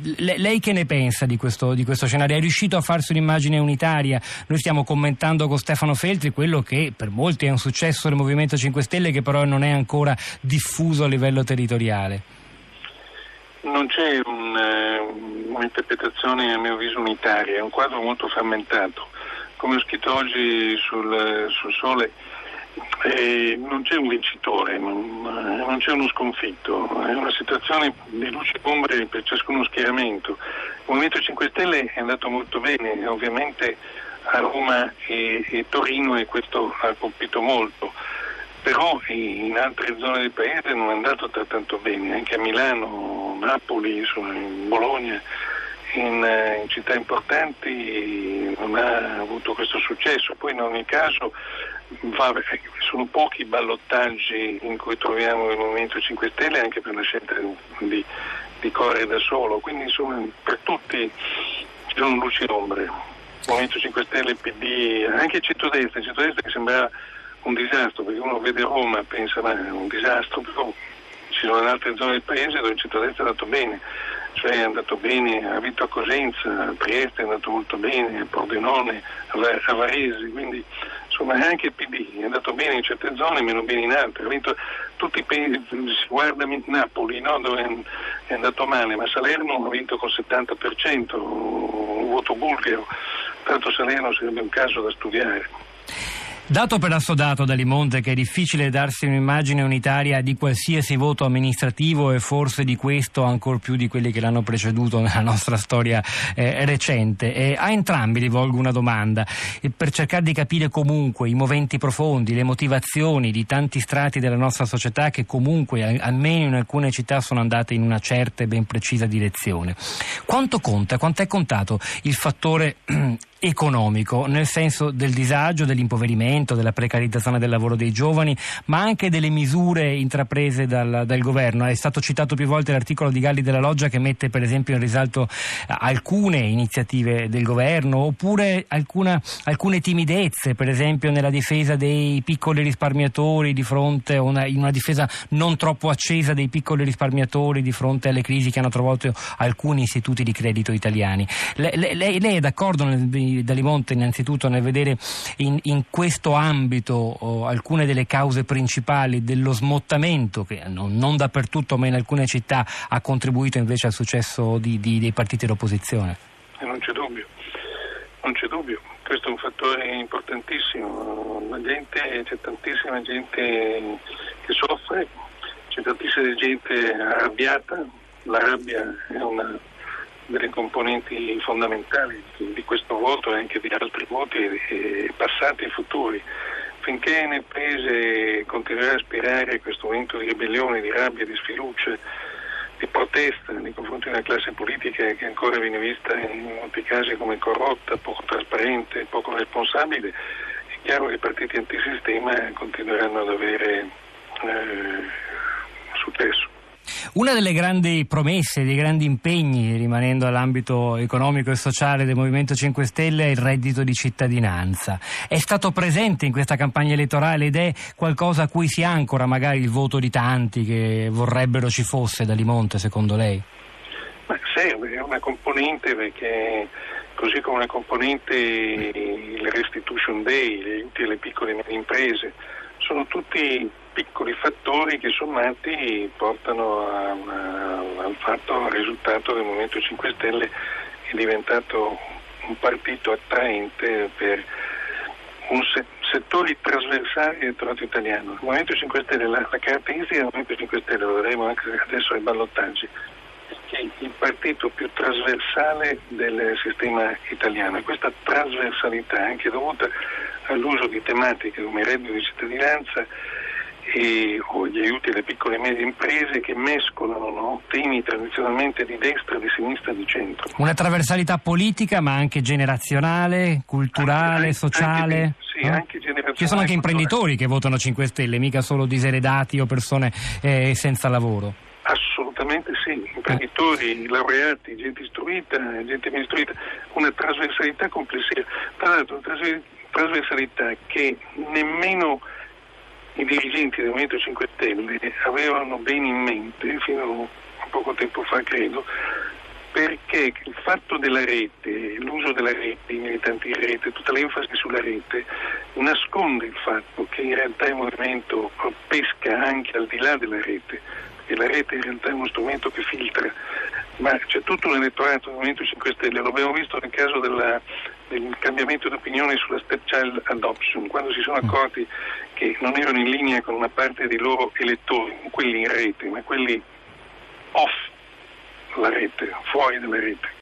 Lei che ne pensa di questo scenario? È riuscito a farsi un'immagine unitaria? Noi stiamo commentando con Stefano Feltri quello che per molti è un successo del Movimento 5 Stelle, che però non è ancora diffuso a livello territoriale. Non c'è un'interpretazione a mio avviso unitaria, è un quadro molto frammentato. Come ho scritto oggi sul Sole, non c'è un vincitore, non c'è uno sconfitto, è una situazione di luce e ombre per ciascuno schieramento. Il Movimento 5 Stelle è andato molto bene, ovviamente a Roma e Torino, e questo ha colpito molto, però in altre zone del paese non è andato tanto bene, anche a Milano, Napoli, insomma, in Bologna, in città importanti non ha avuto questo successo. Poi in ogni caso sono pochi i ballottaggi in cui troviamo il Movimento 5 Stelle, anche per la scelta di correre da solo, quindi insomma per tutti ci sono luci e ombre. Il Movimento 5 Stelle, PD, anche il centrodestra che sembrava un disastro, perché uno vede Roma e pensa ma è un disastro, però ci sono in altre zone del paese dove il centrodestra è andato bene, cioè è andato bene, ha vinto a Cosenza, a Trieste è andato molto bene, a Pordenone, a Varese, quindi insomma anche il PD è andato bene in certe zone, meno bene in altre. Ha vinto tutti i paesi, si guarda Napoli, no, dove è andato male, ma Salerno ha vinto col 70%, un voto bulgaro, tanto Salerno sarebbe un caso da studiare. Dato per assodato da Limonte che è difficile darsi un'immagine unitaria di qualsiasi voto amministrativo, e forse di questo ancor più di quelli che l'hanno preceduto nella nostra storia recente, a entrambi rivolgo una domanda per cercare di capire comunque i moventi profondi, le motivazioni di tanti strati della nostra società che comunque almeno in alcune città sono andate in una certa e ben precisa direzione. Quanto è contato il fattore economico, nel senso del disagio, dell'impoverimento, della precarizzazione del lavoro dei giovani, ma anche delle misure intraprese dal governo? È stato citato più volte l'articolo di Galli della Loggia, che mette per esempio in risalto alcune iniziative del governo, oppure alcune timidezze, per esempio nella difesa dei piccoli risparmiatori di fronte a in una difesa non troppo accesa dei piccoli risparmiatori di fronte alle crisi che hanno trovato alcuni istituti di credito italiani. Lei è d'accordo Dalimonte innanzitutto nel vedere in questo ambito alcune delle cause principali dello smottamento che non dappertutto ma in alcune città ha contribuito invece al successo dei partiti d'opposizione? Non c'è dubbio, questo è un fattore importantissimo. C'è tantissima gente che soffre, c'è tantissima gente arrabbiata. La rabbia è una delle componenti fondamentali di questo voto e anche di altri voti passati e futuri. Finché nel paese continuerà a aspirare questo momento di ribellione, di rabbia, di sfiducia, di protesta nei confronti di una classe politica che ancora viene vista in molti casi come corrotta, poco trasparente, poco responsabile, è chiaro che i partiti antisistema continueranno ad avere successo. Una delle grandi promesse, dei grandi impegni, rimanendo all'ambito economico e sociale del Movimento 5 Stelle, è il reddito di cittadinanza. È stato presente in questa campagna elettorale ed è qualcosa a cui si ancora magari il voto di tanti che vorrebbero ci fosse, Dalimonte, secondo lei? Ma serve, è una componente, perché così come una componente il Restitution Day, gli aiuti alle piccole e medie imprese, sono tutti piccoli fattori che sommati portano al risultato del Movimento 5 Stelle, che è diventato un partito attraente per settori trasversali dell'elettorato italiano. Il Movimento 5 Stelle, la caratteristica del Movimento 5 Stelle, lo vedremo anche adesso ai ballottaggi, è che è il partito più trasversale del sistema italiano, e questa trasversalità è anche dovuta all'uso di tematiche come il reddito di cittadinanza o gli aiuti alle piccole e medie imprese, che mescolano temi tradizionalmente di destra, di sinistra e di centro. Una trasversalità politica ma anche generazionale, culturale, sociale? Anche generazionale. Ci sono anche imprenditori che votano 5 Stelle, mica solo diseredati o persone senza lavoro. Assolutamente sì, imprenditori, laureati, gente istruita, gente ben istruita, una trasversalità complessiva. Tra l'altro una trasversalità che nemmeno i dirigenti del Movimento 5 Stelle avevano bene in mente fino a poco tempo fa, credo, perché il fatto della rete, l'uso della rete, i militanti in rete, tutta l'enfasi sulla rete nasconde il fatto che in realtà il movimento pesca anche al di là della rete, perché la rete in realtà è uno strumento che filtra, ma c'è tutto un elettorato del Movimento 5 Stelle, lo abbiamo visto nel caso del cambiamento di opinione sulla stepchild adoption, quando si sono accorti che non erano in linea con una parte dei loro elettori, non quelli in rete, ma quelli off la rete, fuori dalla rete.